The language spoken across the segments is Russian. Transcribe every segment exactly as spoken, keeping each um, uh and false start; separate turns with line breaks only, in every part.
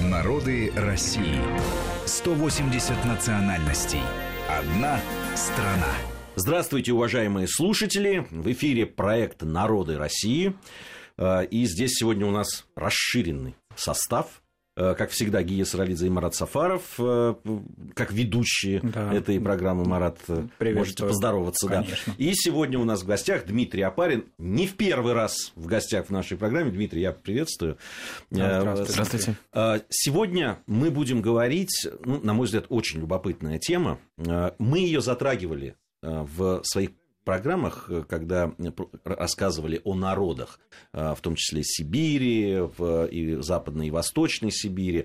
Народы России. сто восемьдесят национальностей. Одна страна.
Здравствуйте, уважаемые слушатели. В эфире проект «Народы России». И здесь сегодня у нас расширенный состав. Как всегда, Гия Саралидзе и Марат Сафаров, как ведущие да. этой программы. Марат, можете поздороваться. Да. И сегодня у нас в гостях Дмитрий Опарин. Не в первый раз в гостях в нашей программе. Дмитрий, я приветствую.
Здравствуйте. Здравствуйте.
Сегодня мы будем говорить, ну, на мой взгляд, очень любопытная тема. Мы ее затрагивали в своих программах, когда рассказывали о народах, в том числе Сибири, в и Западной и Восточной Сибири,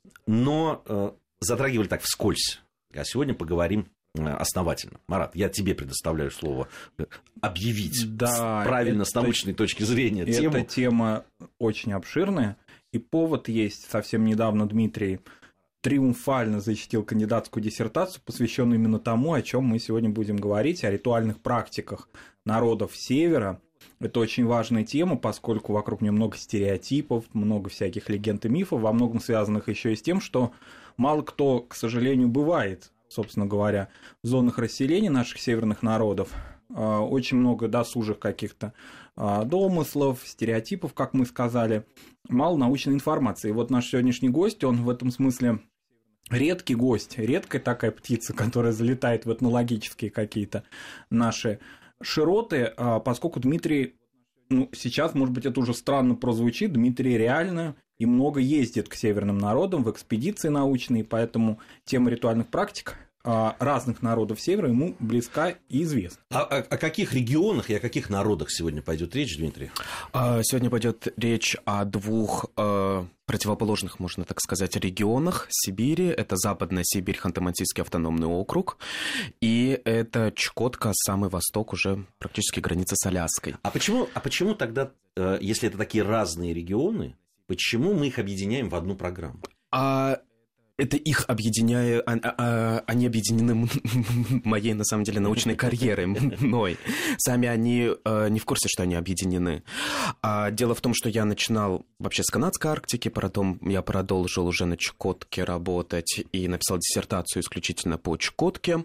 но затрагивали так вскользь. А сегодня поговорим основательно. Марат, я тебе предоставляю слово объявить да, правильно это, с научной точки зрения тему.
Эта тема очень обширная, и повод есть. Совсем недавно Дмитрий триумфально защитил кандидатскую диссертацию, посвященную именно тому, о чем мы сегодня будем говорить, о ритуальных практиках народов Севера. Это очень важная тема, поскольку вокруг нее много стереотипов, много всяких легенд и мифов, во многом связанных еще и с тем, что мало кто, к сожалению, бывает, собственно говоря, в зонах расселения наших северных народов. Очень много досужих каких-то домыслов, стереотипов, как мы сказали, мало научной информации. И вот наш сегодняшний гость, он в этом смысле редкий гость, редкая такая птица, которая залетает в этнологические какие-то наши широты, поскольку Дмитрий, ну, сейчас, может быть, это уже странно прозвучит, Дмитрий реально и много ездит к северным народам в экспедиции научные, поэтому тема ритуальных практик разных народов Севера ему близка и известна.
А о, о каких регионах и о каких народах сегодня пойдет речь, Дмитрий?
Сегодня пойдет речь о двух э, противоположных, можно так сказать, регионах Сибири. Это Западная Сибирь, Ханты-Мансийский автономный округ, и это Чукотка, самый восток, уже практически граница с Аляской.
А почему, а почему тогда, если это такие разные регионы, почему мы их объединяем в одну программу?
А... Это их объединяет, они объединены моей, на самом деле, научной карьерой, мной. Сами они не в курсе, что они объединены. Дело в том, что я начинал вообще с канадской Арктики, потом я продолжил уже на Чукотке работать и написал диссертацию исключительно по Чукотке.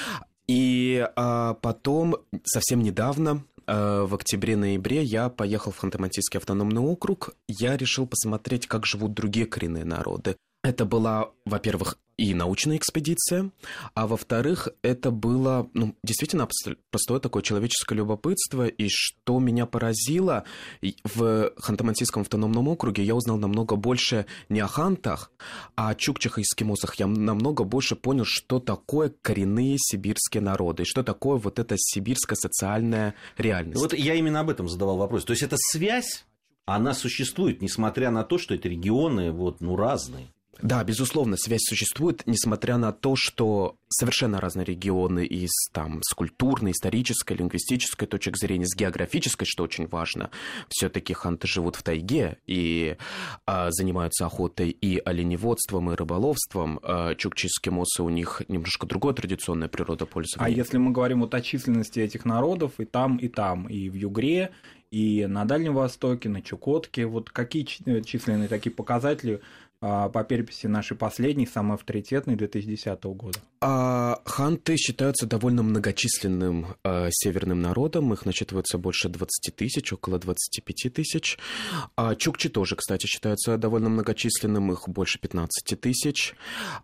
И потом, совсем недавно, в октябре-ноябре я поехал в Ханты-Мансийский автономный округ. Я решил посмотреть, как живут другие коренные народы. Это была, во-первых, и научная экспедиция, а во-вторых, это было, ну, действительно простое такое человеческое любопытство, и что меня поразило, в Ханты-Мансийском автономном округе я узнал намного больше не о хантах, а о чукчах и эскимосах. Я намного больше понял, что такое коренные сибирские народы, и что такое вот эта сибирская социальная реальность.
Вот я именно об этом задавал вопрос. То есть эта связь, она существует, несмотря на то, что это регионы вот, ну, разные.
Да, безусловно, связь существует, несмотря на то, что совершенно разные регионы из, там, с культурной, исторической, лингвистической точек зрения, с географической, что очень важно. Все-таки ханты живут в тайге и а, занимаются охотой и оленеводством, и рыболовством. А, чукчи, эскимосы, у них немножко другое традиционное природопользование. А если мы говорим вот о численности этих народов, и там, и там, и в Югре, и на Дальнем Востоке, на Чукотке, вот какие численные такие показатели по переписи нашей последней, самой авторитетной, две тысячи десятого года? А, ханты считаются довольно многочисленным а, северным народом. Их насчитывается больше двадцати тысяч, около двадцати пяти тысяч. А, чукчи тоже, кстати, считаются довольно многочисленным. Их больше пятнадцати тысяч.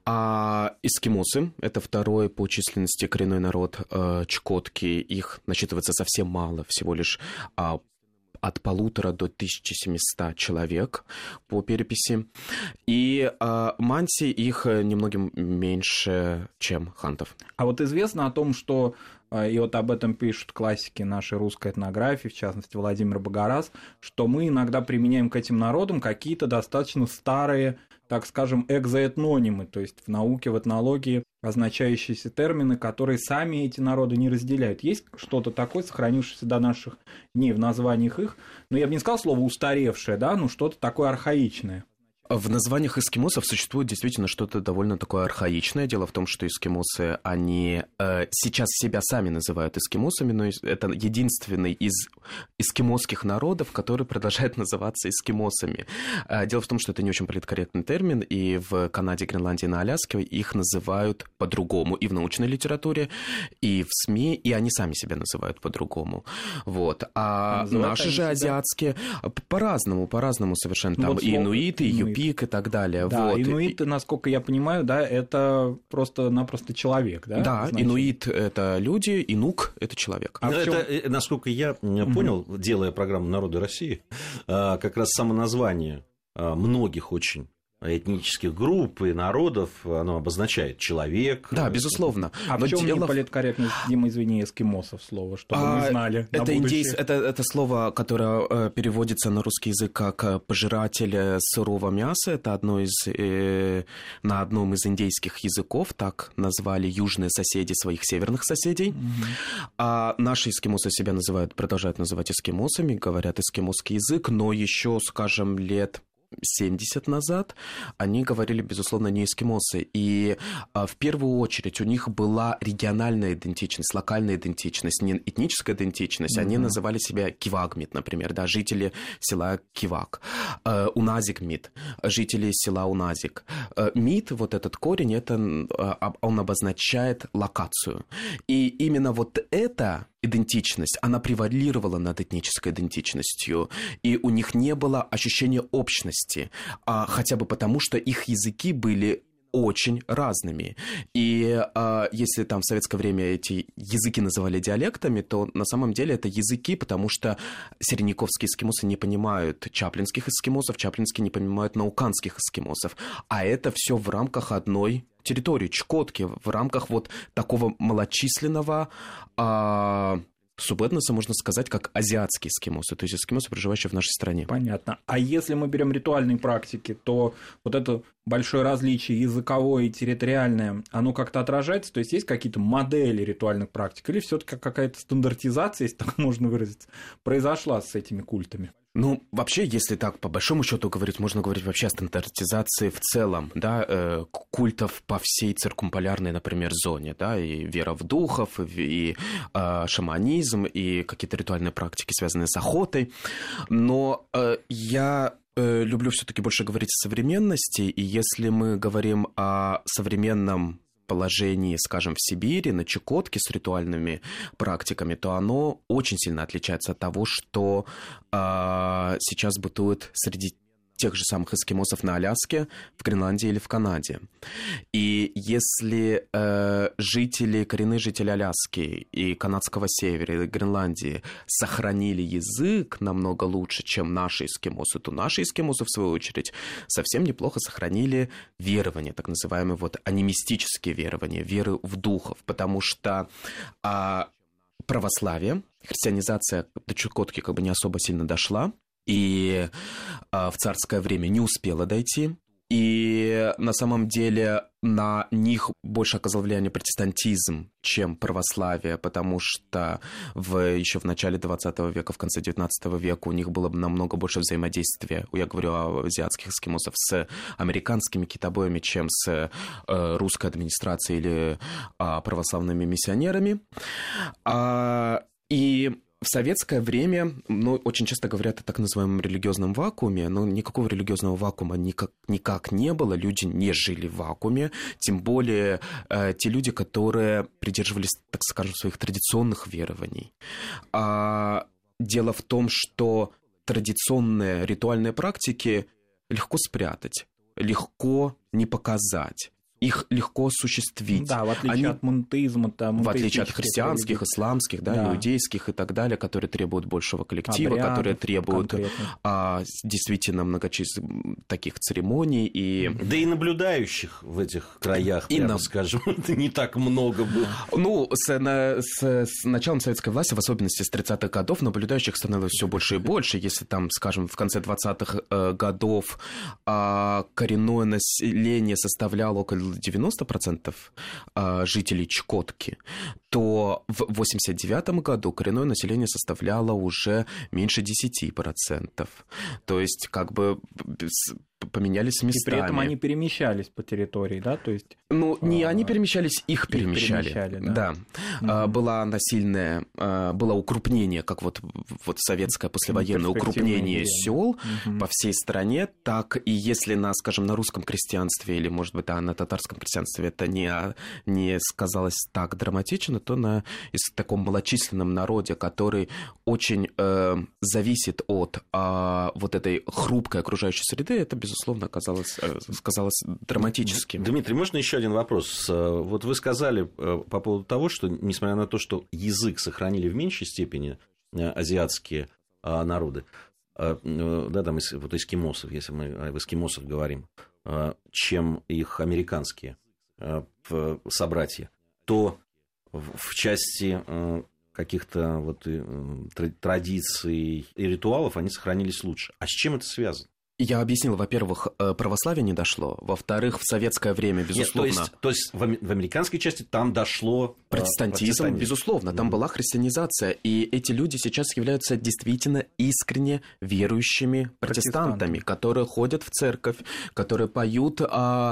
А, эскимосы – это второй по численности коренной народ а, Чукотки. Их насчитывается совсем мало, всего лишь а, от полутора до тысячи семисот человек по переписи. И э, манси их немногим меньше, чем хантов. А вот известно о том, что, и вот об этом пишут классики нашей русской этнографии, в частности Владимир Богораз, что мы иногда применяем к этим народам какие-то достаточно старые, так скажем, экзоэтнонимы, то есть в науке, в этнологии означающиеся термины, которые сами эти народы не разделяют. Есть что-то такое, сохранившееся до наших дней в названиях их, но я бы не сказал слово устаревшее, да, но что-то такое архаичное. В названиях эскимосов существует действительно что-то довольно такое архаичное. Дело в том, что эскимосы, они э, сейчас себя сами называют эскимосами, но это единственный из эскимосских народов, который продолжает называться эскимосами. Э, дело в том, что это не очень политкорректный термин, и в Канаде, Гренландии, на Аляске их называют по-другому и в научной литературе, и в СМИ, и они сами себя называют по-другому. Вот. А, а наши же себя... азиатские по-разному, по-разному совершенно. Там вот и инуиты, и юпи, и так далее.
Да,
вот.
инуиты, насколько я понимаю, да, это просто-напросто человек, да?
Да, значит? Инуит – это люди, инук – это человек.
А это, чем... насколько я понял, угу. делая программу «Народы России», как раз само название многих очень этнических групп и народов, оно обозначает человек.
Да, безусловно.
А
но
в чем
дело...
неполиткорректность, Дима, извини, эскимосов слово, чтобы а, мы знали
это, индейс... это, это слово, которое э, переводится на русский язык как «пожиратель сырого мяса». Это одно из, э, на одном из индейских языков так назвали южные соседи своих северных соседей. Угу. А наши эскимосы себя называют, продолжают называть эскимосами, говорят эскимосский язык, но еще, скажем, лет... семьдесят назад они говорили, безусловно, не эскимосы. И а, в первую очередь у них была региональная идентичность, локальная идентичность, не этническая идентичность. Mm-hmm. Они называли себя кивагмит, например, да, жители села Кивак. А, Уназикмит, жители села Уназик. А, мит, вот этот корень, это, а, он обозначает локацию. И именно вот это... идентичность, она превалировала над этнической идентичностью, и у них не было ощущения общности, а хотя бы потому, что их языки были очень разными. И а, если там в советское время эти языки называли диалектами, то на самом деле это языки, потому что середняковские эскимосы не понимают чаплинских эскимосов, чаплинские не понимают науканских эскимосов. А это все в рамках одной территории, Чукотки, в рамках вот такого малочисленного а, субэтноса, можно сказать, как азиатские эскимосы, то есть эскимосы, проживающие в нашей стране.
Понятно. А если мы берем ритуальные практики, то вот это большое различие языковое и территориальное, оно как-то отражается? То есть есть какие-то модели ритуальных практик? Или все-таки какая-то стандартизация, если так можно выразиться, произошла с этими культами?
Ну, вообще, если так по большому счету говорить, можно говорить вообще о стандартизации в целом, да, э, культов по всей циркумполярной, например, зоне, да, и вера в духов, и, и э, шаманизм, и какие-то ритуальные практики, связанные с охотой. Но э, я э, люблю все-таки больше говорить о современности, и если мы говорим о современном положении, скажем, в Сибири, на Чукотке с ритуальными практиками, то оно очень сильно отличается от того, что э, сейчас бытует среди тех же самых эскимосов на Аляске, в Гренландии или в Канаде. И если э, жители, коренные жители Аляски и канадского севера, и Гренландии сохранили язык намного лучше, чем наши эскимосы, то наши эскимосы, в свою очередь, совсем неплохо сохранили верования, так называемые вот анимистические верования, веры в духов, потому что э, православие, христианизация до Чукотки как бы не особо сильно дошла, и а, в царское время не успела дойти. И на самом деле на них больше оказал влияние протестантизм, чем православие, потому что в, еще в начале двадцатого века, в конце девятнадцатого века у них было намного больше взаимодействия, я говорю о азиатских эскимосов, с американскими китобоями, чем с э, русской администрацией или э, православными миссионерами. А, и... В советское время, ну, очень часто говорят о так называемом религиозном вакууме, но никакого религиозного вакуума никак, никак не было, люди не жили в вакууме, тем более э, те люди, которые придерживались, так скажем, своих традиционных верований. А дело в том, что традиционные ритуальные практики легко спрятать, легко не показать. Их легко осуществить.
Да, в отличие
Они,
от монотеизма. Там,
в отличие от христианских, религий. исламских, да, да. иудейских и так далее, которые требуют большего коллектива, Обрядов, которые требуют а, действительно многочисленных таких церемоний. И...
Да и наблюдающих в этих краях, и прямо на... скажем, это не так много было.
Ну, с, на, с, с началом советской власти, в особенности с тридцатых годов, наблюдающих становилось все больше и больше. Если там, скажем, в конце двадцатых э, годов э, коренное население составляло около девяносто процентов жителей Чукотки, то в восемьдесят девятом году коренное население составляло уже меньше десяти процентов. То есть, как бы поменялись местами.
И при этом они перемещались по территории, да? То есть...
Ну, не они перемещались, их перемещали.
Их перемещали, да.
Да. Угу. Была насильная, было укрупнение, как вот, вот советское послевоенное укрупнение сел угу. по всей стране, так и если на, скажем, на русском крестьянстве или, может быть, да, на татарском крестьянстве это не, не сказалось так драматично, то на таком малочисленном народе, который очень э, зависит от э, вот этой хрупкой окружающей среды, это, безусловно, оказалось, сказалось драматически.
Дмитрий, можно еще один вопрос? Вот вы сказали по поводу того, что, несмотря на то, что язык сохранили в меньшей степени азиатские народы, да, там вот эскимосов, если мы об эскимосах говорим, чем их американские собратья, то в части каких-то вот традиций и ритуалов они сохранились лучше. А с чем это связано?
Я объяснил, во-первых, православие не дошло, во-вторых, в советское время, безусловно...
Нет, то есть, то есть в американской части там дошло...
Протестантизм, протестантизм. Безусловно, там mm-hmm. была христианизация, и эти люди сейчас являются действительно искренне верующими протестантами, которые ходят в церковь, которые поют... А...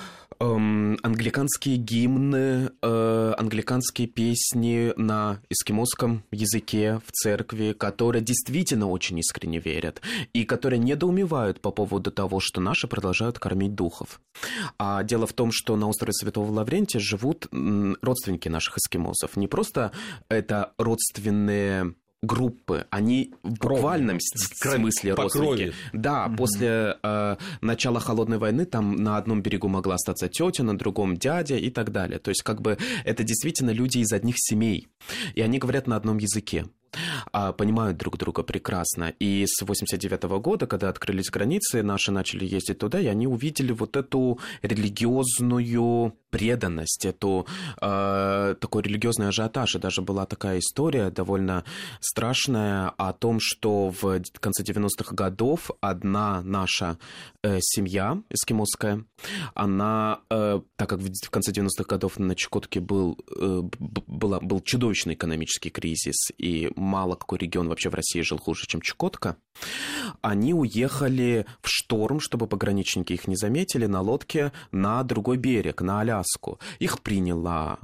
англиканские гимны, э, англиканские песни на эскимосском языке в церкви, которые действительно очень искренне верят и которые недоумевают по поводу того, что наши продолжают кормить духов. А дело в том, что на острове Святого Лаврентия живут родственники наших эскимосов. Не просто это родственные... группы, они в буквальном смысле родственники. Да, угу. после э, начала холодной войны там на одном берегу могла остаться тетя, на другом дядя и так далее. То есть как бы это действительно люди из одних семей, и они говорят на одном языке. Понимают друг друга прекрасно. И с восемьдесят девятого года, когда открылись границы, наши начали ездить туда, и они увидели вот эту религиозную преданность, эту э, такой религиозный ажиотаж. И даже была такая история довольно страшная о том, что в конце девяностых годов одна наша э, семья эскимосская, она, э, так как в конце девяностых годов на Чукотке был, э, была, был чудовищный экономический кризис, и мало какой регион вообще в России жил хуже, чем Чукотка, они уехали в шторм, чтобы пограничники их не заметили, на лодке на другой берег, на Аляску. Их приняла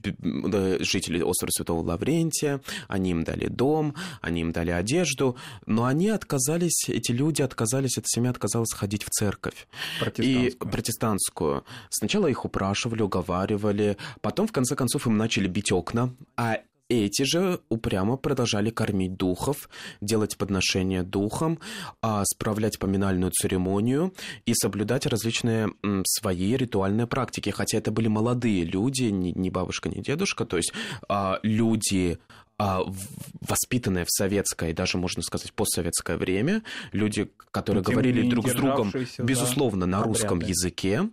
жители острова Святого Лаврентия, они им дали дом, они им дали одежду, но они отказались, эти люди отказались, эта семья отказалась ходить в церковь.
Протестантскую.
И протестантскую. Сначала их упрашивали, уговаривали, потом, в конце концов, им начали бить окна, а эти же упрямо продолжали кормить духов, делать подношения духам, справлять поминальную церемонию и соблюдать различные свои ритуальные практики. Хотя это были молодые люди, ни бабушка, ни дедушка, то есть люди, воспитанные в советское и даже, можно сказать, постсоветское время, люди, которые
Тем
говорили друг с другом,
да,
безусловно, на
обряды.
русском языке.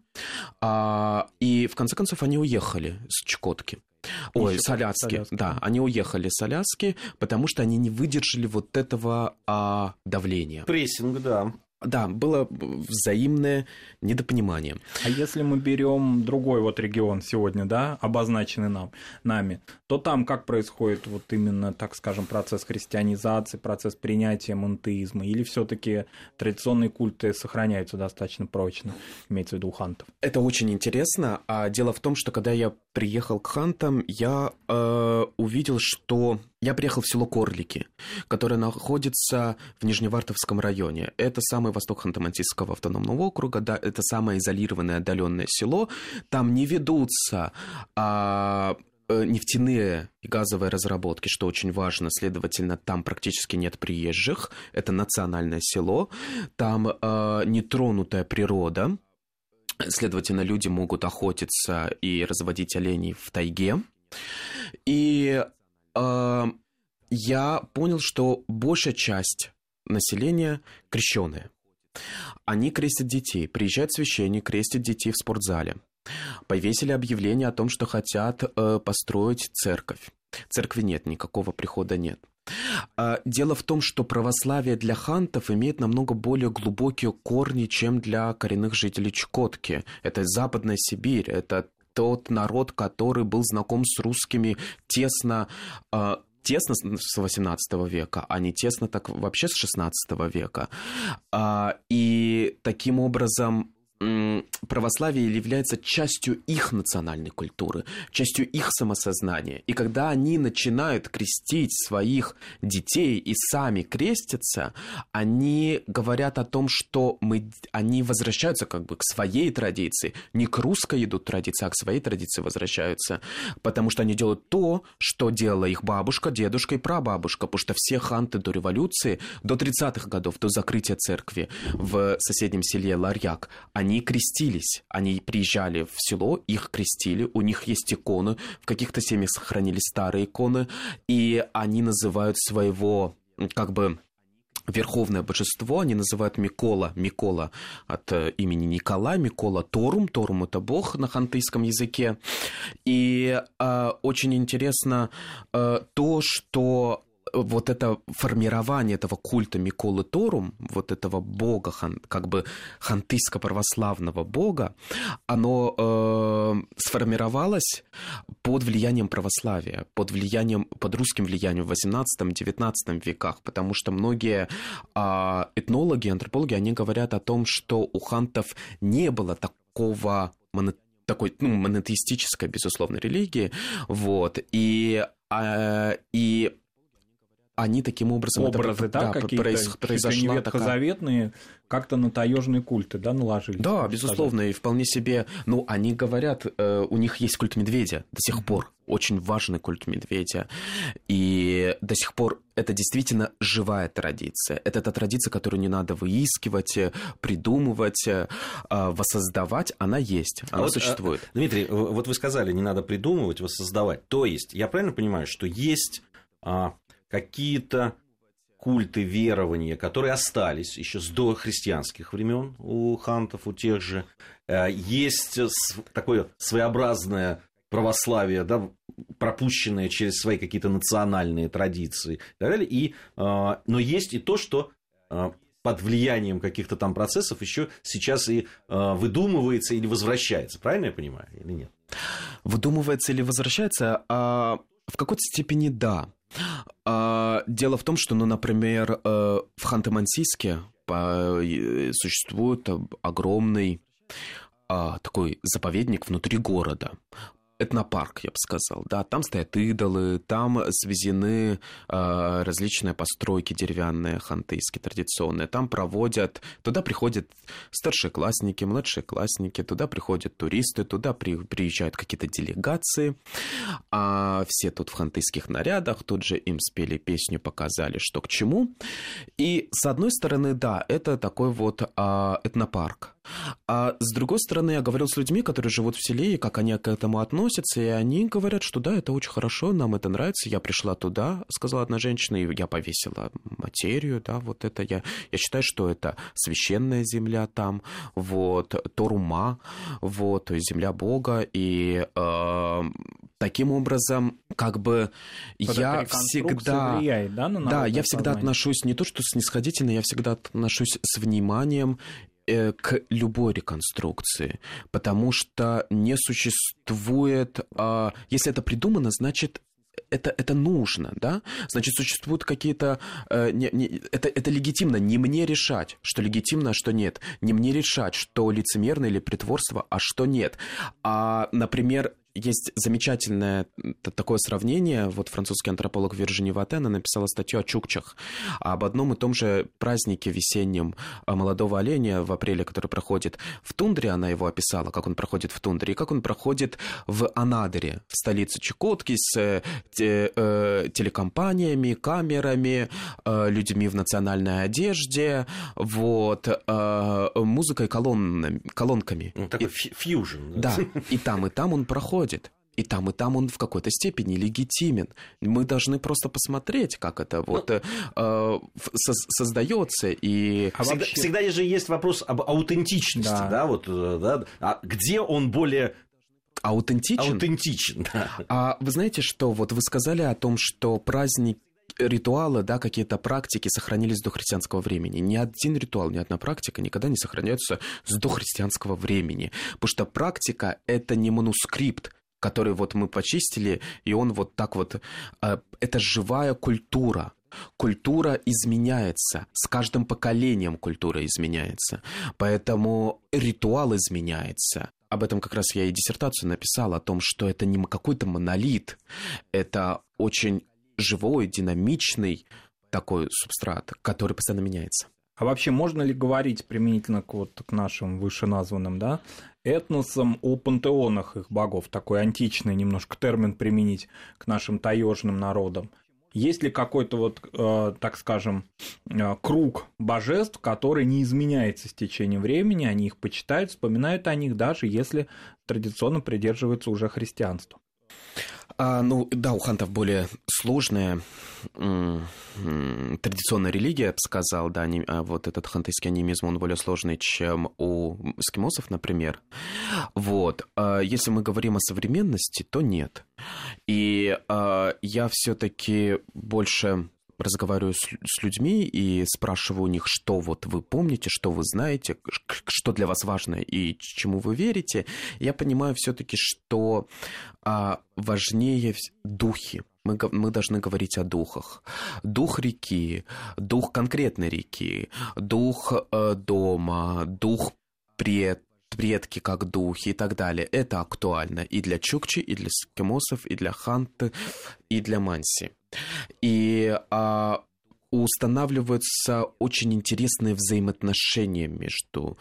И, в конце концов, они уехали с Чукотки. Ой, с Аляски, Аляски, да, они уехали с Аляски, потому что они не выдержали вот этого а, давления.
Прессинг, да.
Да, было взаимное недопонимание.
А если мы берем другой вот регион сегодня, да, обозначенный нам, нами, то там как происходит вот именно, так скажем, процесс христианизации, процесс принятия монотеизма, или все-таки традиционные культы сохраняются достаточно прочно, имеется в виду у хантов? Это
очень интересно. А дело в том, что когда я приехал к хантам, я э, увидел, что я приехал в село Корлики, которое находится в Нижневартовском районе. Это самый восток Ханты-Мансийского автономного округа, да, это самое изолированное, отдаленное село. Там не ведутся а, нефтяные и газовые разработки, что очень важно. Следовательно, там практически нет приезжих. Это национальное село. Там а, нетронутая природа. Следовательно, люди могут охотиться и разводить оленей в тайге. И э, я понял, что большая часть населения крещеные. Они крестят детей. Приезжает священник, крестит детей в спортзале. Повесили объявление о том, что хотят э, построить церковь. Церкви нет, никакого прихода нет. Дело в том, что православие для хантов имеет намного более глубокие корни, чем для коренных жителей Чукотки. Это Западная Сибирь, это тот народ, который был знаком с русскими тесно... тесно с восемнадцатого века, а не тесно так вообще с шестнадцатого века. И таким образом православие является частью их национальной культуры, частью их самосознания. И когда они начинают крестить своих детей и сами крестятся, они говорят о том, что мы, они возвращаются как бы к своей традиции, не к русской идут традиции, а к своей традиции возвращаются, потому что они делают то, что делала их бабушка, дедушка и прабабушка, потому что все ханты до революции, до тридцатых годов, до закрытия церкви в соседнем селе Ларьяк, они Они крестились, они приезжали в село, их крестили, у них есть иконы, в каких-то семьях сохранились старые иконы, и они называют своего, как бы, верховное божество, они называют Микола, Микола от имени Николая, Микола Торум, Торум это бог на хантыйском языке, и э, очень интересно э, то, что вот это формирование этого культа Миколы Торум, вот этого бога, как бы хантыйско-православного бога, оно э, сформировалось под влиянием православия, под влиянием, под русским влиянием в восемнадцатом-девятнадцатом веках, потому что многие э, этнологи, антропологи, они говорят о том, что у хантов не было такого монотипа, такой, ну, монотеистической, безусловно, религии, вот, и, э, и они таким образом...
Образы,
это,
да,
да,
какие-то
произ, произошла
ветхозаветные, такая... как-то на таежные культы, да, наложились.
Да, безусловно, сказать. И вполне себе... Ну, они говорят, э, у них есть культ медведя до сих mm-hmm. пор, очень важный культ медведя, и до сих пор это действительно живая традиция. Это та традиция, которую не надо выискивать, придумывать, э, воссоздавать, она есть, она а вот, существует.
А, Дмитрий, вот вы сказали, не надо придумывать, воссоздавать. То есть, я правильно понимаю, что есть... А... какие-то культы, верования, которые остались еще с дохристианских времен у хантов, у тех же. Есть такое своеобразное православие, да, пропущенное через свои какие-то национальные традиции и так далее. И, но есть и то, что под влиянием каких-то там процессов еще сейчас и выдумывается или возвращается. Правильно я понимаю или нет?
Выдумывается или возвращается? А в какой-то степени да. Дело в том, что, ну, например, в Ханты-Мансийске существует огромный такой заповедник внутри города. Этнопарк, я бы сказал, да, там стоят идолы, там свезены э, различные постройки деревянные, хантыйские, традиционные, там проводят, туда приходят старшеклассники, младшеклассники, туда приходят туристы, туда при, приезжают какие-то делегации, а все тут в хантыйских нарядах, тут же им спели песню, показали, что к чему, и с одной стороны, да, это такой вот э, этнопарк. А с другой стороны, я говорил с людьми, которые живут в селе, и как они к этому относятся, и они говорят, что да, это очень хорошо, нам это нравится. Я пришла туда, сказала одна женщина, и я повесила материю, да, вот это я, я считаю, что это священная земля там, вот, Торума, вот, то есть земля Бога, и э, таким образом, как бы, вот я всегда...
влияет, да, на
да, я всегда отношусь не то, что снисходительно, я всегда отношусь с вниманием к любой реконструкции, потому что не существует... А, если это придумано, значит, это, это нужно, да? Значит, существуют какие-то... А, не, не, это, это легитимно. Не мне решать, что легитимно, а что нет. Не мне решать, что лицемерно или притворство, а что нет. А, например... Есть замечательное такое сравнение. Вот французский антрополог Виржини Ватена написала статью о чукчах, об одном и том же празднике весеннем молодого оленя в апреле, который проходит в тундре. Она его описала, как он проходит в тундре, и как он проходит в Анадыре, в столице Чукотки, с телекомпаниями, камерами, людьми в национальной одежде, вот, музыкой, колоннами, колонками.
Ну, такой фьюжн.
Да, и там, и там он проходит. И там, и там он в какой-то степени легитимен. Мы должны просто посмотреть, как это вот ну, э, создается. И...
А всегда, вообще... всегда же есть вопрос об аутентичности, да, да вот, да, а где он более...
Аутентичен?
Аутентичен, да.
А вы знаете, что вот вы сказали о том, что праздник ритуалы, да, какие-то практики сохранились до христианского времени. Ни один ритуал, ни одна практика никогда не сохраняется с дохристианского времени. Потому что практика – это не манускрипт, который вот мы почистили, и он вот так вот… Это живая культура. Культура изменяется. С каждым поколением культура изменяется. Поэтому ритуал изменяется. Об этом как раз я и диссертацию написал, о том, что это не какой-то монолит. Это очень живой, динамичный такой субстрат, который постоянно меняется.
А вообще можно ли говорить применительно к, вот, к нашим вышеназванным, да, этносам о пантеонах их богов? Такой античный немножко термин применить к нашим таежным народам. Есть ли какой-то, вот, э, так скажем, э, круг божеств, который не изменяется с течением времени, они их почитают, вспоминают о них, даже если традиционно придерживаются уже христианства?
А, ну, да, у хантов более сложная м- м- традиционная религия, я бы сказал, да, не, а вот этот хантыйский анимизм, он более сложный, чем у эскимосов, например. Вот, а если мы говорим о современности, то нет. И а, я все-таки больше разговариваю с, с людьми и спрашиваю у них, что вот вы помните, что вы знаете, что для вас важно и чему вы верите. Я понимаю все-таки, что а, важнее духи. Мы, мы должны говорить о духах. Дух реки, дух конкретной реки, дух э, дома, дух пред предки как духи и так далее. Это актуально и для чукчи, и для эскимосов, и для ханты, и для манси. И а, устанавливаются очень интересные взаимоотношения между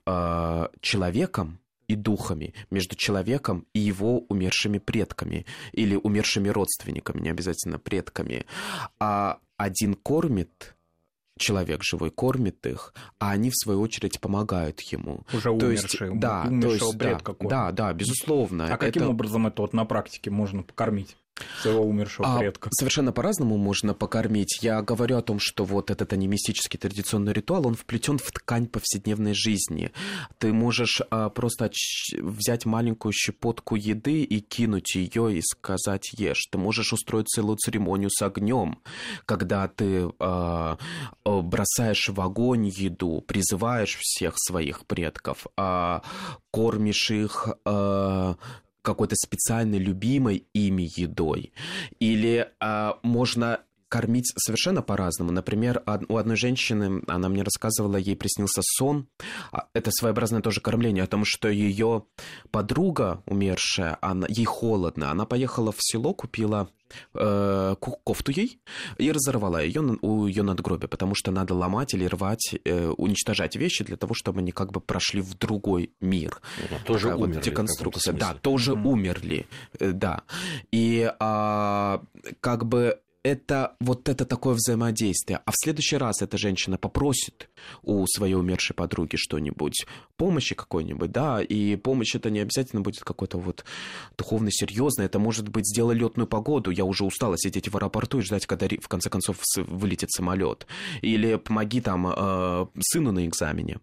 а, человеком и духами, между человеком и его умершими предками или умершими родственниками, не обязательно предками. А один кормит, человек живой кормит их, а они, в свою очередь, помогают ему.
Уже умершие,
да,
умершего
то есть,
предка
да, да, да, безусловно.
А каким
это...
образом это вот на практике можно покормить своего умершего
а,
предка?
Совершенно по-разному можно покормить. Я говорю о том, что вот этот анимистический традиционный ритуал, он вплетен в ткань повседневной жизни. Ты можешь а, просто взять маленькую щепотку еды и кинуть ее и сказать «ешь». Ты можешь устроить целую церемонию с огнем, когда ты а, бросаешь в огонь еду, призываешь всех своих предков, а, кормишь их а, какой-то специальной любимой ими едой. Или а, можно кормить совершенно по-разному. Например, у одной женщины, она мне рассказывала, ей приснился сон. Это своеобразное тоже кормление, о том, что ее подруга умершая, она, ей холодно. Она поехала в село, купила э, кофту ей и разорвала ее у ее надгробия, потому что надо ломать или рвать, э, уничтожать вещи для того, чтобы они как бы прошли в другой мир.
Ну, тоже
Такая
умерли.
Вот деконструкция. Да, тоже mm. умерли. Э, да. И а, как бы это вот это такое взаимодействие. А в следующий раз эта женщина попросит у своей умершей подруги что-нибудь, помощи какой-нибудь, да, и помощь это не обязательно будет какой-то вот духовно серьезный, это может быть сделай летную погоду, я уже устала сидеть в аэропорту и ждать, когда в конце концов вылетит самолет, или помоги там э, сыну на экзамене,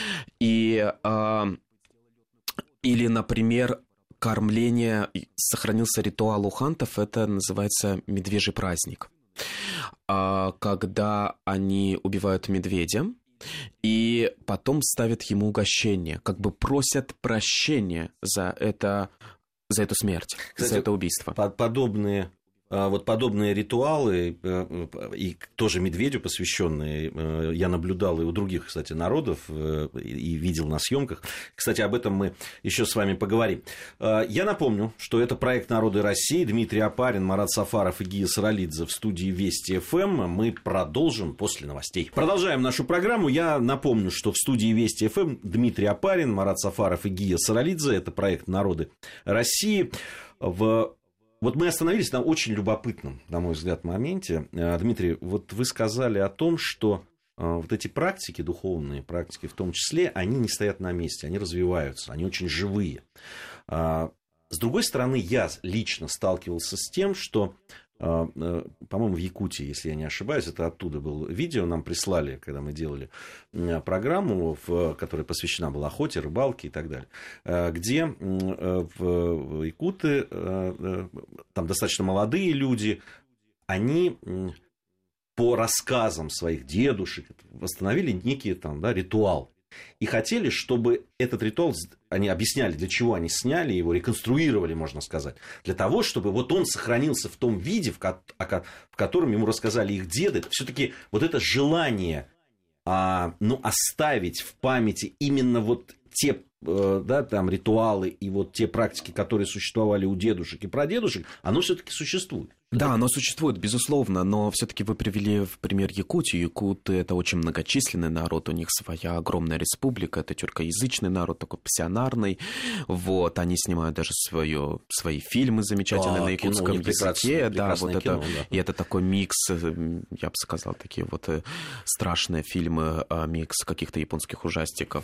и э, или, например, кормление, сохранился ритуал у хантов, это называется медвежий праздник. Когда они убивают медведя и потом ставят ему угощение, как бы просят прощения за это, за эту смерть, кстати, за это убийство.
Подобные... Вот подобные ритуалы, и тоже медведю посвященные, я наблюдал и у других, кстати, народов, и видел на съемках. Кстати, об этом мы еще с вами поговорим. Я напомню, что это проект «Народы России». Дмитрий Опарин, Марат Сафаров и Гия Саралидзе в студии Вести эф эм. Мы продолжим после новостей. Продолжаем нашу программу. Я напомню, что в студии Вести эф эм Дмитрий Опарин, Марат Сафаров и Гия Саралидзе. Это проект «Народы России». В Вот мы остановились на очень любопытном, на мой взгляд, моменте. Дмитрий, вот вы сказали о том, что вот эти практики, духовные практики в том числе, они не стоят на месте, они развиваются, они очень живые. С другой стороны, я лично сталкивался с тем, что, по-моему, в Якутии, если я не ошибаюсь, это оттуда было видео, нам прислали, когда мы делали программу, которая посвящена была охоте, рыбалке и так далее, где в якуты, там достаточно молодые люди, они по рассказам своих дедушек восстановили некий там, да, ритуал. И хотели, чтобы этот ритуал, они объясняли, для чего они сняли его, реконструировали, можно сказать. Для того, чтобы вот он сохранился в том виде, в, ко- в котором ему рассказали их деды. Все-таки вот это желание а, ну, оставить в памяти именно вот те э, да, там, ритуалы и вот те практики, которые существовали у дедушек и прадедушек, оно все-таки существует.
Да, оно существует, безусловно, но все-таки вы привели в пример Якутию. Якуты — это очень многочисленный народ, у них своя огромная республика, это тюркоязычный народ, такой пассионарный. Вот, они снимают даже свое, свои фильмы замечательные да, на якутском кино, языке. Да, вот это, кино, да. И это такой микс, я бы сказал, такие вот страшные фильмы, микс каких-то японских ужастиков,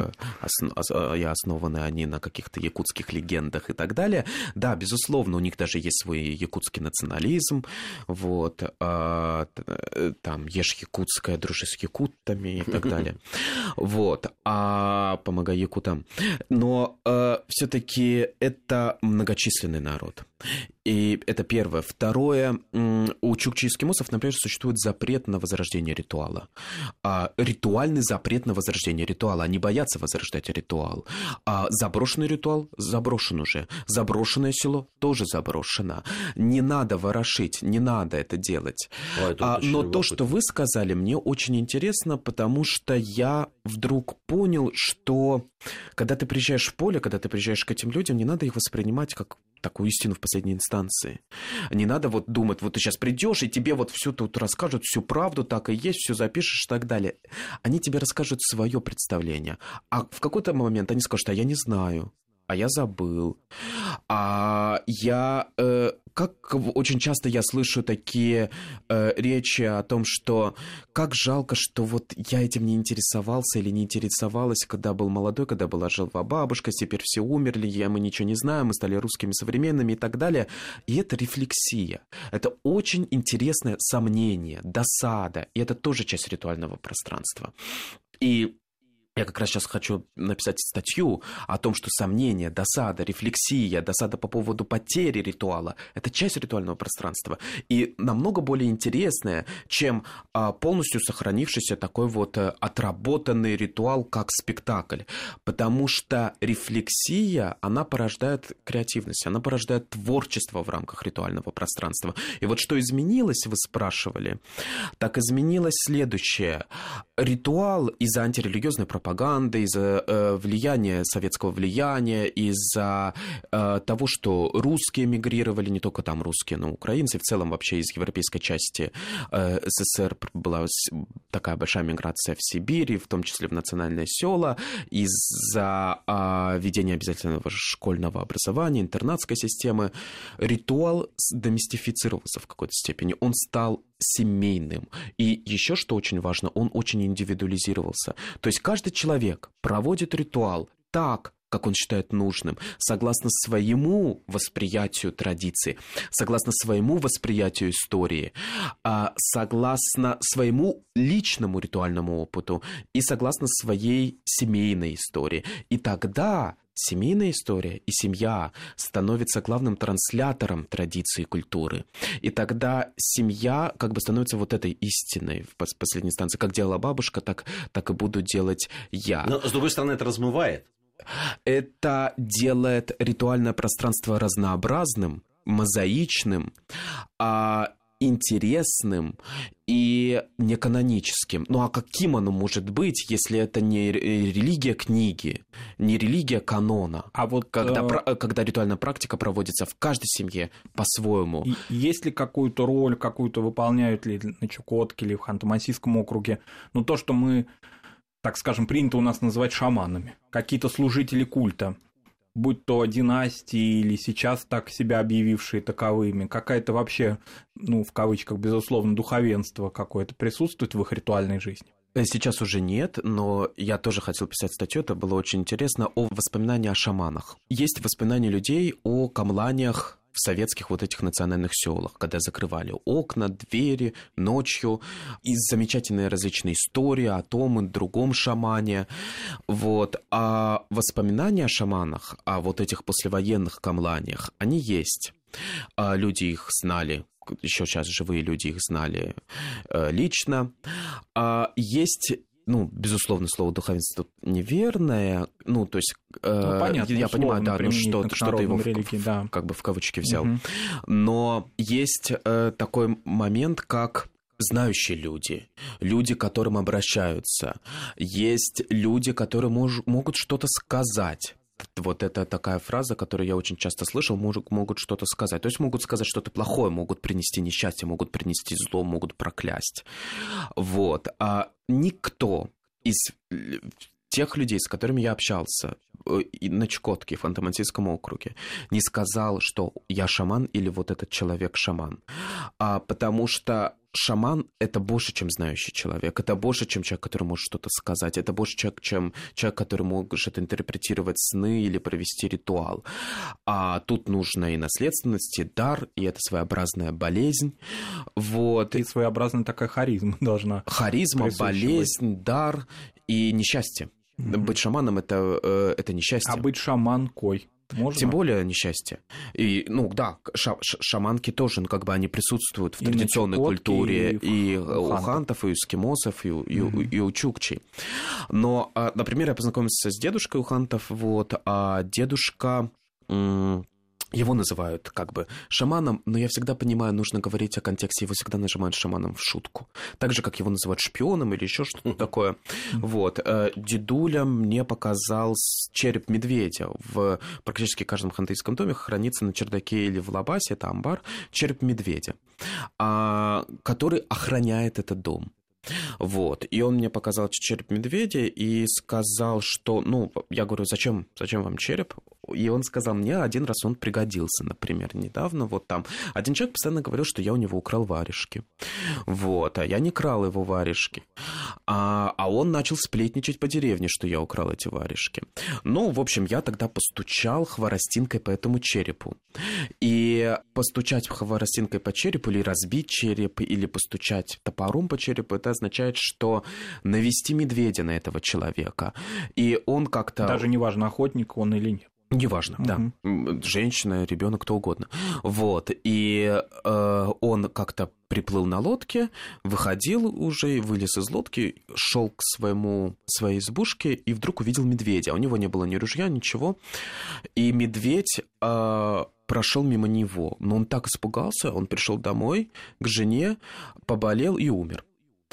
и основаны они на каких-то якутских легендах и так далее. Да, безусловно, у них даже есть свой якутский национализм. Вот, а, там, ешь якутское, дружи с якутами и так далее. Вот, а помогай якутам. Но а, все-таки это многочисленный народ. И это первое. Второе, у чукчи-эскимосов, например, существует запрет на возрождение ритуала. А, ритуальный запрет на возрождение ритуала. Они боятся возрождать ритуал. А заброшенный ритуал заброшен уже. Заброшенное село тоже заброшено. Не надо ворошить, не надо это делать. Ой, это а, но любопытно. То, что вы сказали, мне очень интересно, потому что я вдруг понял, что когда ты приезжаешь в поле, когда ты приезжаешь к этим людям, не надо их воспринимать как такую истину в последней инстанции. Не надо вот думать, вот ты сейчас придешь, и тебе вот все тут расскажут, всю правду, так и есть, все запишешь и так далее. Они тебе расскажут свое представление. А в какой-то момент они скажут, а я не знаю, а я забыл. А я... Э, как очень часто я слышу такие э, речи о том, что как жалко, что вот я этим не интересовался или не интересовалась, когда был молодой, когда была жива бабушка, теперь все умерли, я, мы ничего не знаем, мы стали русскими современными и так далее. И это рефлексия. Это очень интересное сомнение, досада. И это тоже часть ритуального пространства. И я как раз сейчас хочу написать статью о том, что сомнения, досада, рефлексия, досада по поводу потери ритуала – это часть ритуального пространства. И намного более интересная, чем а, полностью сохранившийся такой вот а, отработанный ритуал, как спектакль. Потому что рефлексия, она порождает креативность, она порождает творчество в рамках ритуального пространства. И вот что изменилось, вы спрашивали, так изменилось следующее. Ритуал из-за антирелигиозной пропаганды, пропаганды, из-за э, влияния, советского влияния, из-за э, того, что русские мигрировали, не только там русские, но и украинцы, в целом вообще из европейской части э, СССР была такая большая миграция в Сибирь, в том числе в национальные села, из-за э, введения обязательного школьного образования, интернатской системы, ритуал домистифицировался в какой-то степени, он стал семейным. И еще, что очень важно, он очень индивидуализировался. То есть каждый человек проводит ритуал так, как он считает нужным, согласно своему восприятию традиции, согласно своему восприятию истории, согласно своему личному ритуальному опыту и согласно своей семейной истории. И тогда семейная история и семья становятся главным транслятором традиции и культуры. И тогда семья как бы становится вот этой истиной в последней инстанции. Как делала бабушка, так, так и буду делать я.
Но, с другой стороны, это размывает.
Это делает ритуальное пространство разнообразным, мозаичным, а интересным и неканоническим. Ну а каким оно может быть, если это не религия книги, не религия канона? А вот когда, э... когда ритуальная практика проводится в каждой семье по-своему.
Есть ли какую-то роль, какую-то выполняют ли на Чукотке или в Ханты-Мансийском округе? Ну то, что мы, так скажем, принято у нас называть шаманами. Какие-то служители культа, будь то династии или сейчас так себя объявившие таковыми, какая-то вообще, ну, в кавычках, безусловно, духовенство какое-то присутствует в их ритуальной жизни?
Сейчас уже нет, но я тоже хотел писать статью, это было очень интересно, о воспоминании о шаманах. Есть воспоминания людей о камланиях в советских вот этих национальных селах, когда закрывали окна, двери ночью, и замечательные различные истории о том и другом шамане. Вот. А воспоминания о шаманах, о вот этих послевоенных камланиях, они есть. Люди их знали еще сейчас живые люди их знали лично. Есть... Ну, безусловно, слово духовенство тут неверное. Ну, то есть, ну, понятно, я понимаю, да, ну, что, что ты его религии, в, да. как бы в кавычки взял. Угу. Но есть э, такой момент, как знающие люди, люди, к которым обращаются. Есть люди, которые мож, могут что-то сказать. Вот это такая фраза, которую я очень часто слышал, могут, могут что-то сказать. То есть могут сказать что-то плохое, могут принести несчастье, могут принести зло, могут проклясть. Вот. А никто из тех людей, с которыми я общался на Чукотке, в Ханты-Мансийском округе, не сказал, что я шаман или вот этот человек шаман. А потому что шаман – это больше, чем знающий человек, это больше, чем человек, который может что-то сказать, это больше, человек, чем человек, который может интерпретировать сны или провести ритуал. А тут нужно и наследственность, и дар, и это своеобразная болезнь. Вот.
И своеобразная такая харизма должна
Харизма, болезнь, дар и несчастье. Mm-hmm. Быть шаманом это, – это несчастье.
А быть шаманкой? Можно?
Тем более несчастье. И, ну да, ша- шаманки тоже, ну, как бы они присутствуют в и традиционной культуре и, и у хантов, хантов и у эскимосов, и, mm-hmm. и, и у чукчей. Но, например, я познакомился с дедушкой у хантов, вот, а дедушка... М- Его называют как бы шаманом, но я всегда понимаю, нужно говорить о контексте, его всегда нажимают шаманом в шутку. Так же, как его называют шпионом или еще что-то такое. Вот. Дедуля мне показал череп медведя. В практически каждом хантыйском доме хранится на чердаке или в лабасе, это амбар, череп медведя, который охраняет этот дом. Вот, и он мне показал череп медведя и сказал, что, ну, я говорю, зачем, зачем вам череп? И он сказал, мне один раз он пригодился, например, недавно, вот там. Один человек постоянно говорил, что я у него украл варежки, вот, а я не крал его варежки, а, а он начал сплетничать по деревне, что я украл эти варежки. Ну, в общем, я тогда постучал хворостинкой по этому черепу, и постучать хворостинкой по черепу или разбить череп, или постучать топором по черепу, это означает, что навести медведя на этого человека, и он как-то...
Даже неважно, охотник он или нет.
Неважно, uh-huh. да. Женщина, ребенок, кто угодно. Вот. И э, он как-то приплыл на лодке, выходил уже, вылез из лодки, шел к своему, своей избушке и вдруг увидел медведя. У него не было ни ружья, ничего. И медведь э, прошел мимо него. Но он так испугался, он пришел домой к жене, поболел и умер.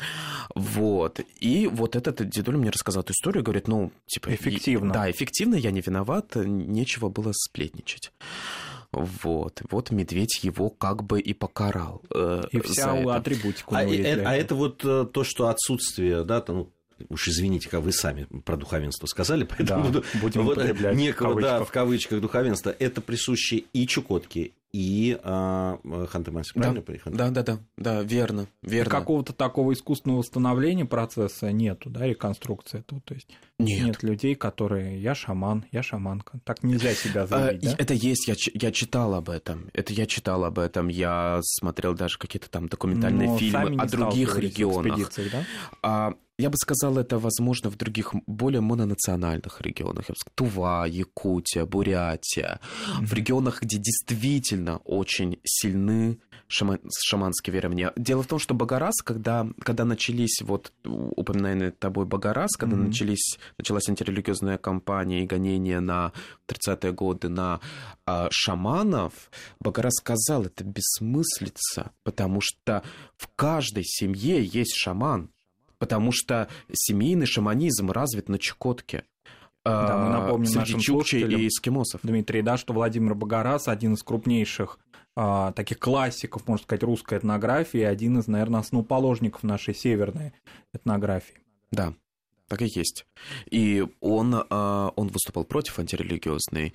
Вот. И вот этот дедуля мне рассказал эту историю, говорит, ну, типа...
Эффективно.
И, да, эффективно, я не виноват, нечего было сплетничать. Вот. Вот медведь его как бы и покарал. Э,
и вся атрибутика.
А, э, а это вот то, что отсутствие, да, ну, уж извините, как вы сами про духовенство сказали, поэтому
да, будем
вот
употреблять
некого,
в
да, в кавычках духовенства, это присуще и Чукотке, и а, Ханты-Мансийск,
да,
правильно?
Да, да, да, да, верно, верно.
И какого-то такого искусственного восстановления процесса нету, да, реконструкции этого, то есть
нет,
нет людей, которые я шаман, я шаманка, так нельзя себя заявить,
а,
да?
Это есть, я, я читал об этом, это я читал об этом, я смотрел даже какие-то там документальные
Но
фильмы о других регионах.
Да?
А, я бы сказал, это возможно в других более мононациональных регионах. Я бы сказал, Тува, Якутия, Бурятия. Mm-hmm. В регионах, где действительно очень сильны шама... шаманские верования. Дело в том, что Багарас, когда, когда начались, вот упоминаемый тобой Багарас, когда mm-hmm. начались, началась антирелигиозная кампания и гонения на тридцатые годы на а, шаманов, Багарас сказал, это бессмыслица, потому что в каждой семье есть шаман. Потому что семейный шаманизм развит на Чукотке.
Да, мы напомним
среди чукчей и эскимосов.
Дмитрий, да, что Владимир Багарас один из крупнейших а, таких классиков, можно сказать, русской этнографии, один из, наверное, основоположников нашей северной этнографии.
Да, так и есть. И он, он выступал против антирелигиозной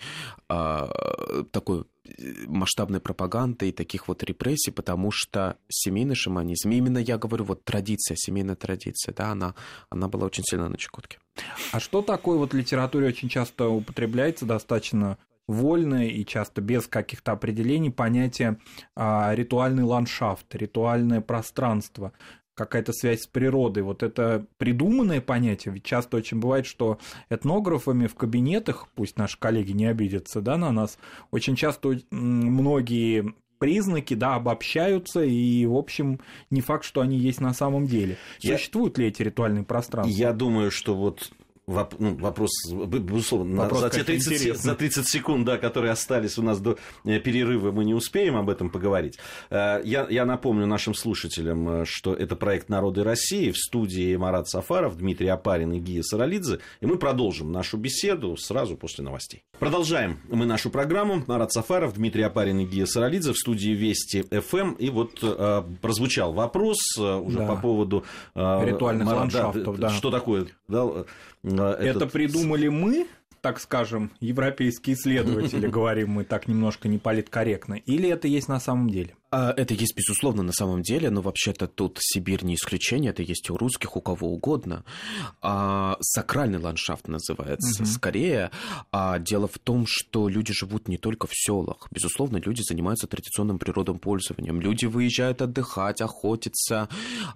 такой масштабной пропаганды и таких вот репрессий, потому что семейный шаманизм, именно я говорю, вот традиция, семейная традиция, да, она, она была очень сильна на Чукотке.
А что такое вот в литературе очень часто употребляется достаточно вольное и часто без каких-то определений понятие а, ритуальный ландшафт, ритуальное пространство, какая-то связь с природой. Вот это придуманное понятие, ведь часто очень бывает, что этнографами в кабинетах, пусть наши коллеги не обидятся, да, на нас, очень часто многие признаки, да, обобщаются, и, в общем, не факт, что они есть на самом деле. Существуют я... ли эти ритуальные пространства?
Я думаю, что вот Воп, ну, вопрос, безусловно, вопрос, за, те тридцать, за тридцать секунд, да, которые остались у нас до перерыва, мы не успеем об этом поговорить. Я, я напомню нашим слушателям, что это проект «Народы России», в студии Марат Сафаров, Дмитрий Опарин и Гия Саралидзе, и мы продолжим нашу беседу сразу после новостей. Продолжаем мы нашу программу. Марат Сафаров, Дмитрий Опарин и Гия Саралидзе в студии Вести эф эм, и вот э, прозвучал вопрос э, уже да. по поводу э,
ритуальных Марат, ландшафтов,
да,
да.
Что такое, да,
Это этот... придумали мы, так скажем, европейские исследователи, говорим мы так немножко неполиткорректно, или это есть на самом деле?
Это есть, безусловно, на самом деле, но вообще-то тут Сибирь не исключение, это есть у русских, у кого угодно. А, сакральный ландшафт называется, угу. скорее. А, дело в том, что люди живут не только в селах. Безусловно, люди занимаются традиционным природопользованием. Люди выезжают отдыхать, охотиться.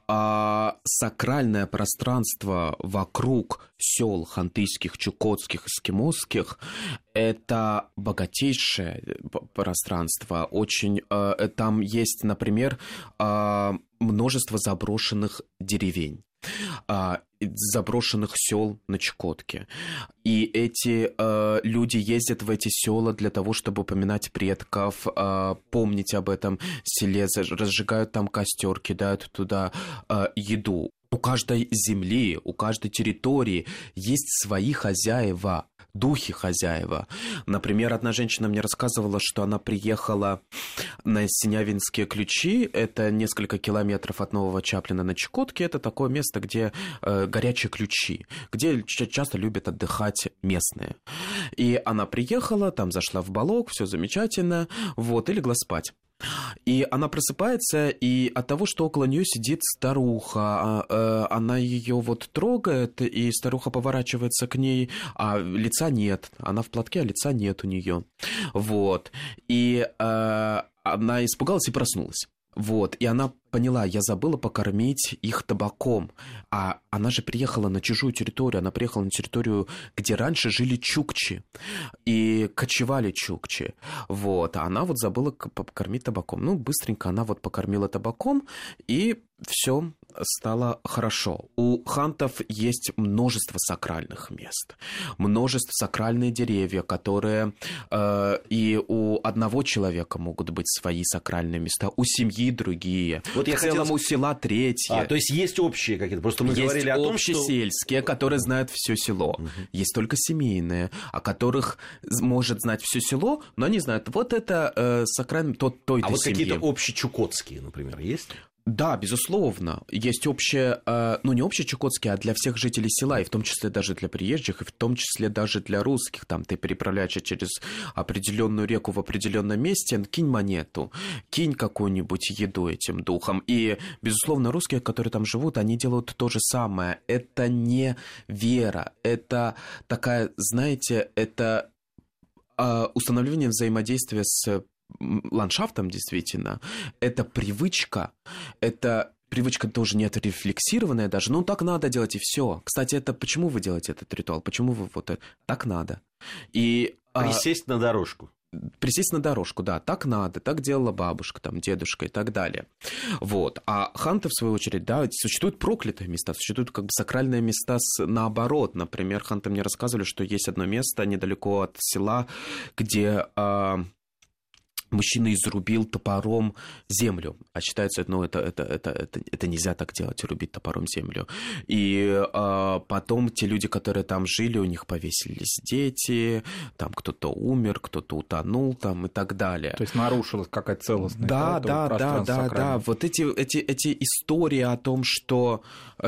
А, сакральное пространство вокруг сел хантыйских, чукотских, эскимосских – это богатейшее пространство. Очень, э, там есть, например, э, множество заброшенных деревень, э, заброшенных сел на Чукотке. И эти э, люди ездят в эти села для того, чтобы упоминать предков, э, помнить об этом селе, разжигают там костер, кидают туда э, еду. У каждой земли, у каждой территории есть свои хозяева, духи хозяева. Например, одна женщина мне рассказывала, что она приехала на Синявинские ключи, это несколько километров от Нового Чаплина на Чукотке, это такое место, где э, горячие ключи, где часто любят отдыхать местные. И она приехала, там зашла в балок, все замечательно, вот, и легла спать. И она просыпается, и от того, что около нее сидит старуха, она ее вот трогает, и старуха поворачивается к ней, а лица нет, она в платке, а лица нет у нее. Вот. И э, она испугалась и проснулась. Вот, и она поняла, я забыла покормить их табаком. А она же приехала на чужую территорию, она приехала на территорию, где раньше жили чукчи и кочевали чукчи. Вот, а она вот забыла покормить табаком. Ну, быстренько она вот покормила табаком, и все стало хорошо. У хантов есть множество сакральных мест, множество сакральных деревьев, которые э, и у одного человека могут быть свои сакральные места, у семьи другие. Вот в целом хотел... у села третье.
А, то есть есть общие какие-то, просто мы
есть
говорили о том,
что... Есть общесельские, которые знают все село. Угу. Есть только семейные, о которых может знать все село, но они знают, вот это э, сакральный, тот, той-то
А вот
семьи.
Какие-то общечукотские, например, есть?
Да, безусловно. Есть общее, ну не общечукотские, а для всех жителей села, и в том числе даже для приезжих, и в том числе даже для русских. Там ты переправляешься через определенную реку в определенном месте, кинь монету, кинь какую-нибудь еду этим духом. И, безусловно, русские, которые там живут, они делают то же самое. Это не вера, это такая, знаете, это установление взаимодействия с ландшафтом, действительно, это привычка, это привычка тоже не отрефлексированная даже, ну так надо делать и все. Кстати, это почему вы делаете этот ритуал, почему вы вот это, так надо. И,
присесть а... на дорожку.
Присесть на дорожку, да, так надо, так делала бабушка, там, дедушка и так далее. Вот. А ханты, в свою очередь, да, существуют проклятые места, существуют как бы сакральные места с, наоборот. Например, ханты мне рассказывали, что есть одно место недалеко от села, где... А... мужчина изрубил топором землю. А считается, ну, это, это, это, это, это нельзя так делать, рубить топором землю. И а, потом те люди, которые там жили, у них повесились дети, там кто-то умер, кто-то утонул там, и так далее.
То есть нарушилась какая-то целостность.
Да, да, да, да, да. Вот эти, эти, эти истории о том, что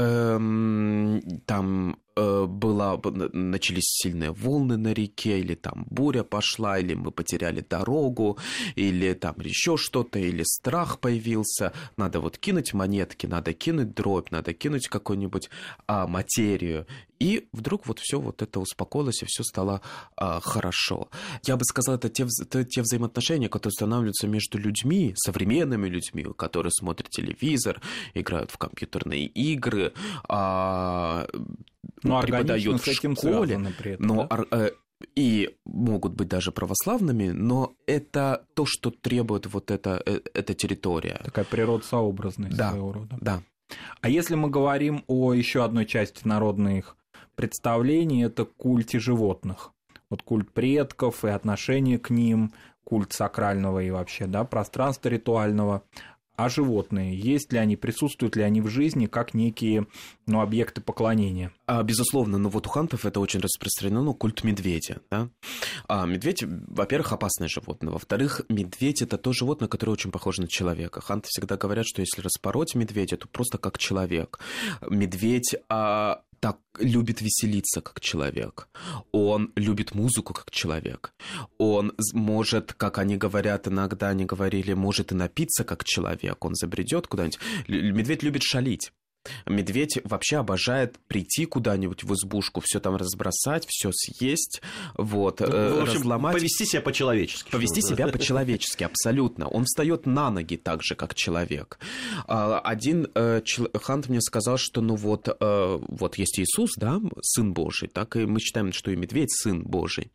эм, там... Было, начались сильные волны на реке, или там буря пошла, или мы потеряли дорогу, или там еще что-то, или страх появился. Надо вот кинуть монетки, надо кинуть дробь, надо кинуть какую-нибудь а, материю. И вдруг вот все вот это успокоилось, и все стало а, хорошо. Я бы сказал, это те, это те взаимоотношения, которые устанавливаются между людьми, современными людьми, которые смотрят телевизор, играют в компьютерные игры, а,
ну,
преподают в школе.
Связано при этом,
но,
да?
э, и могут быть даже православными, но это то, что требует вот эта, эта территория.
Такая природосообразность
да,
своего рода.
Да.
А если мы говорим о еще одной части народных представлений, это культе животных. Вот культ предков и отношение к ним, культ сакрального и вообще, да, пространства ритуального. А животные, есть ли они, присутствуют ли они в жизни как некие, ну, объекты поклонения?
А, безусловно, но вот у хантов это очень распространено, ну, культ медведя, да. А медведь, во-первых, опасное животное, во-вторых, медведь – это то животное, которое очень похоже на человека. Ханты всегда говорят, что если распороть медведя, то просто как человек. Медведь а, так любит веселиться, как человек. Он любит музыку, как человек. Он может, как они говорят, иногда они говорили, может и напиться, как человек. Он забредет куда-нибудь. Медведь любит шалить. Медведь вообще обожает прийти куда-нибудь в избушку, все там разбросать, все съесть, вот,
ну, в общем,
разломать.
Повести себя по-человечески.
Повести себя по-человечески, абсолютно. Он встает на ноги так же, как человек. Один хант мне сказал, что ну вот, вот есть Иисус, да, Сын Божий, так и мы считаем, что и медведь Сын Божий.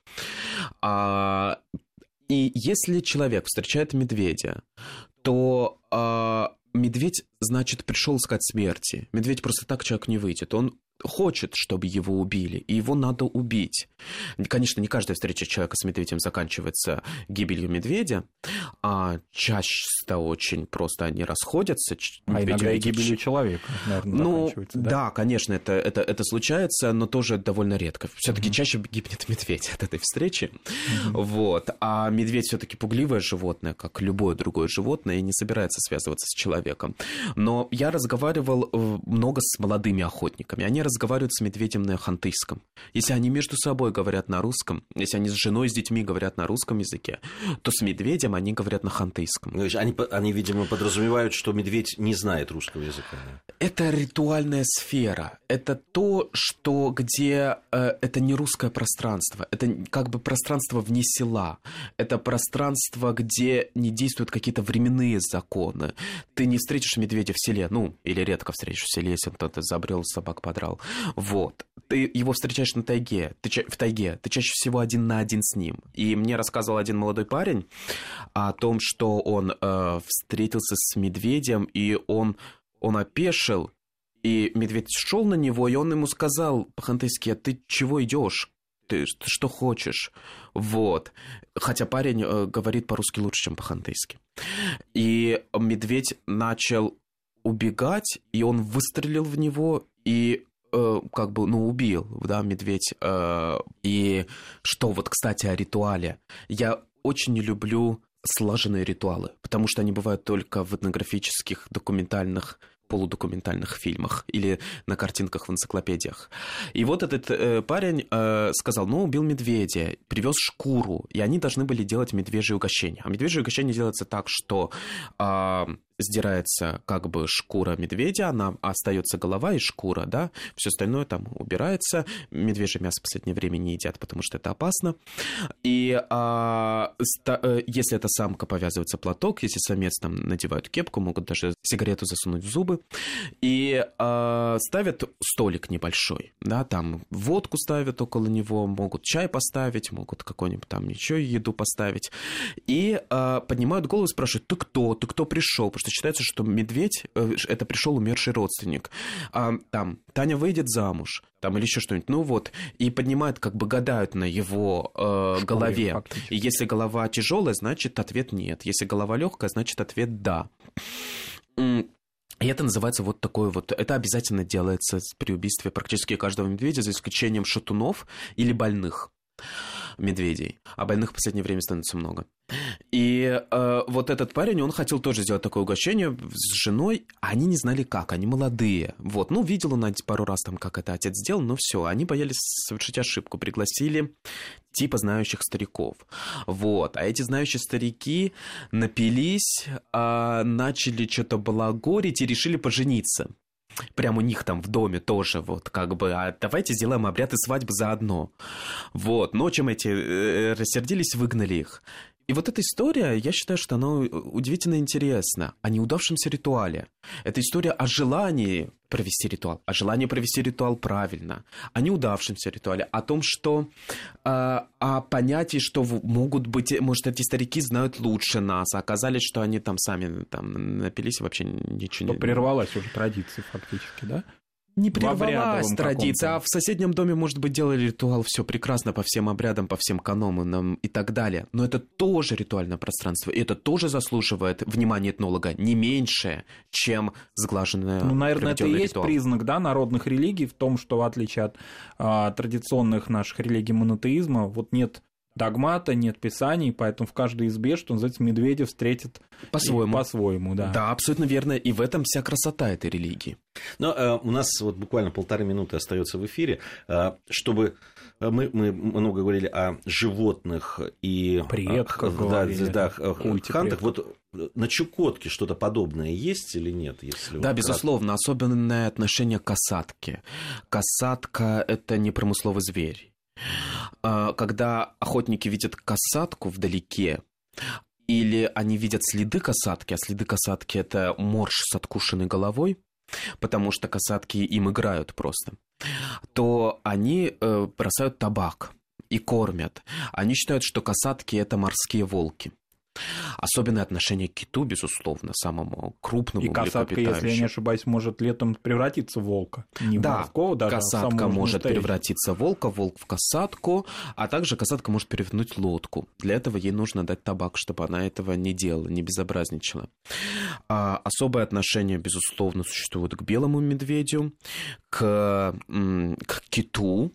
И если человек встречает медведя, то медведь, значит, пришел искать смерти. Медведь просто так человек не выйдет. Он хочет, чтобы его убили, и его надо убить. Конечно, не каждая встреча человека с медведем заканчивается гибелью медведя, а чаще очень просто они расходятся.
А иногда и гибелью человека, наверное,
ну,
заканчивается. Да,
да, конечно, это, это, это случается, но тоже довольно редко. Все-таки mm-hmm. чаще гибнет медведь от этой встречи. Mm-hmm. Вот. А медведь все-таки пугливое животное, как любое другое животное, и не собирается связываться с человеком. Но я разговаривал много с молодыми охотниками. Они разговаривают с медведем на хантыйском. Если они между собой говорят на русском, если они с женой, с детьми говорят на русском языке, то с медведем они говорят на хантыйском.
Они, они, видимо, подразумевают, что медведь не знает русского языка.
Это ритуальная сфера. Это то, что где э, это не русское пространство. Это как бы пространство вне села. Это пространство, где не действуют какие-то временные законы. Ты не встретишь медведя в селе, ну, или редко встретишь в селе, если кто-то забрел, собак подрал. Вот. Ты его встречаешь на тайге, ты, в тайге, ты чаще всего один на один с ним. И мне рассказывал один молодой парень о том, что он э, встретился с медведем, и он, он опешил, и медведь шел на него, и он ему сказал по-хантыйски: а ты чего идешь? Ты, ты что хочешь? Вот. Хотя парень э, говорит по-русски лучше, чем по-хантыйски. И медведь начал убегать, и он выстрелил в него, и э, как бы, ну, убил, да, медведь. Э, и что вот, кстати, о ритуале. Я очень не люблю слаженные ритуалы, потому что они бывают только в этнографических, документальных, полудокументальных фильмах или на картинках в энциклопедиях. И вот этот э, парень э, сказал, ну, убил медведя, привез шкуру, и они должны были делать медвежье угощение. А медвежье угощение делается так, что э, сдирается как бы шкура медведя, она остается голова и шкура, да, все остальное там убирается. Медвежье мясо в последнее время не едят, потому что это опасно. И э, ста, э, если это самка, повязывается платок, если самец там надевают кепку, могут даже сигарету засунуть в зубы. И э, ставят столик небольшой, да, там водку ставят около него, могут чай поставить, могут какую-нибудь там еще еду поставить. И э, поднимают голову и спрашивают: ты кто? Ты кто пришел? Потому что считается, что медведь э, это пришел умерший родственник. А, там Таня выйдет замуж, там или еще что-нибудь. Ну вот, и поднимают, как бы гадают на его э, голове. Фактически. И если голова тяжелая, значит ответ нет. Если голова легкая, значит ответ да. И это называется вот такое вот... Это обязательно делается при убийстве практически каждого медведя, за исключением шатунов или больных медведей. А больных в последнее время становится много. И э, вот этот парень, он хотел тоже сделать такое угощение с женой, а они не знали как, они молодые. Вот, ну, видел он пару раз там, как это отец сделал, но все, они боялись совершить ошибку, пригласили типа знающих стариков. Вот, а эти знающие старики напились, э, начали что-то балагурить и решили пожениться. Прямо у них там в доме тоже, вот, как бы, а давайте сделаем обряд и свадьбу заодно. Вот, ночью эти э, рассердились, выгнали их. И вот эта история, я считаю, что она удивительно интересна. О неудавшемся ритуале. Это история о желании провести ритуал, о желании провести ритуал правильно, о неудавшемся ритуале, о том, что э, о понятии, что могут быть, может, эти старики знают лучше нас, а оказалось, что они там сами там напились и вообще ничего
что
не...
прервалась уже традиция фактически, да?
Не прервалась традиция, а в соседнем доме, может быть, делали ритуал, все прекрасно по всем обрядам, по всем канонам и так далее. Но это тоже ритуальное пространство, и это тоже заслуживает внимания этнолога не меньше, чем сглаженное.
Ну, наверное, это и есть
ритуал.
Признак, да, народных религий в том, что в отличие от а, традиционных наших религий монотеизма, вот нет догмата, нет писаний, поэтому в каждой избе, что называется, медведя встретит
по-своему.
По-своему, да.
Да, абсолютно верно, и в этом вся красота этой религии.
Но э, у нас вот буквально полторы минуты остается в эфире, э, чтобы мы, мы много говорили о животных и
предках,
э,
говорили,
да, да, хантах.
предков.
Вот на Чукотке что-то подобное есть или нет? Если
да,
вот
безусловно, кратко. Особенное отношение к касатке. Касатка – это не промысловый зверь. Когда охотники видят касатку вдалеке, или они видят следы касатки, а следы касатки – это морж с откушенной головой, потому что касатки им играют просто, то они бросают табак и кормят. Они считают, что касатки – это морские волки. Особенное отношение к киту, безусловно, самому крупному
и касатка, если я не ошибаюсь, может летом превратиться в волка. Не
да,
в морского даже,
касатка
а в
может
настоящий.
превратиться в волка, волк в касатку, а также касатка может перевернуть лодку. Для этого ей нужно дать табак, чтобы она этого не делала, не безобразничала. А особое отношение, безусловно, существует к белому медведю, к, к киту.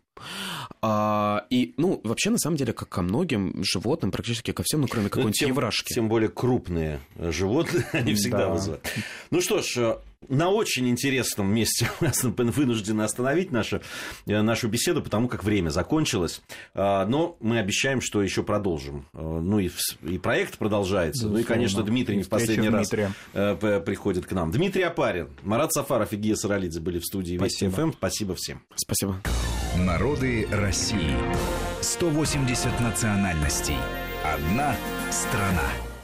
А, и, ну, вообще, на самом деле, как ко многим животным, практически ко всем, ну, кроме какой-нибудь
тем,
еврашки.
Тем более крупные животные, они всегда
да.
вызывают. Ну что ж, на очень интересном месте нас вынуждены остановить нашу, нашу беседу, потому как время закончилось. Но мы обещаем, что еще продолжим. Ну и, и проект продолжается. Безусловно. Ну и, конечно, Дмитрий не в последний раз приходит к нам. Дмитрий Опарин, Марат Сафаров и Гия Саралидзе были в студии Вести эф эм. Спасибо всем.
Спасибо.
Народы России. сто восемьдесят национальностей. Одна страна.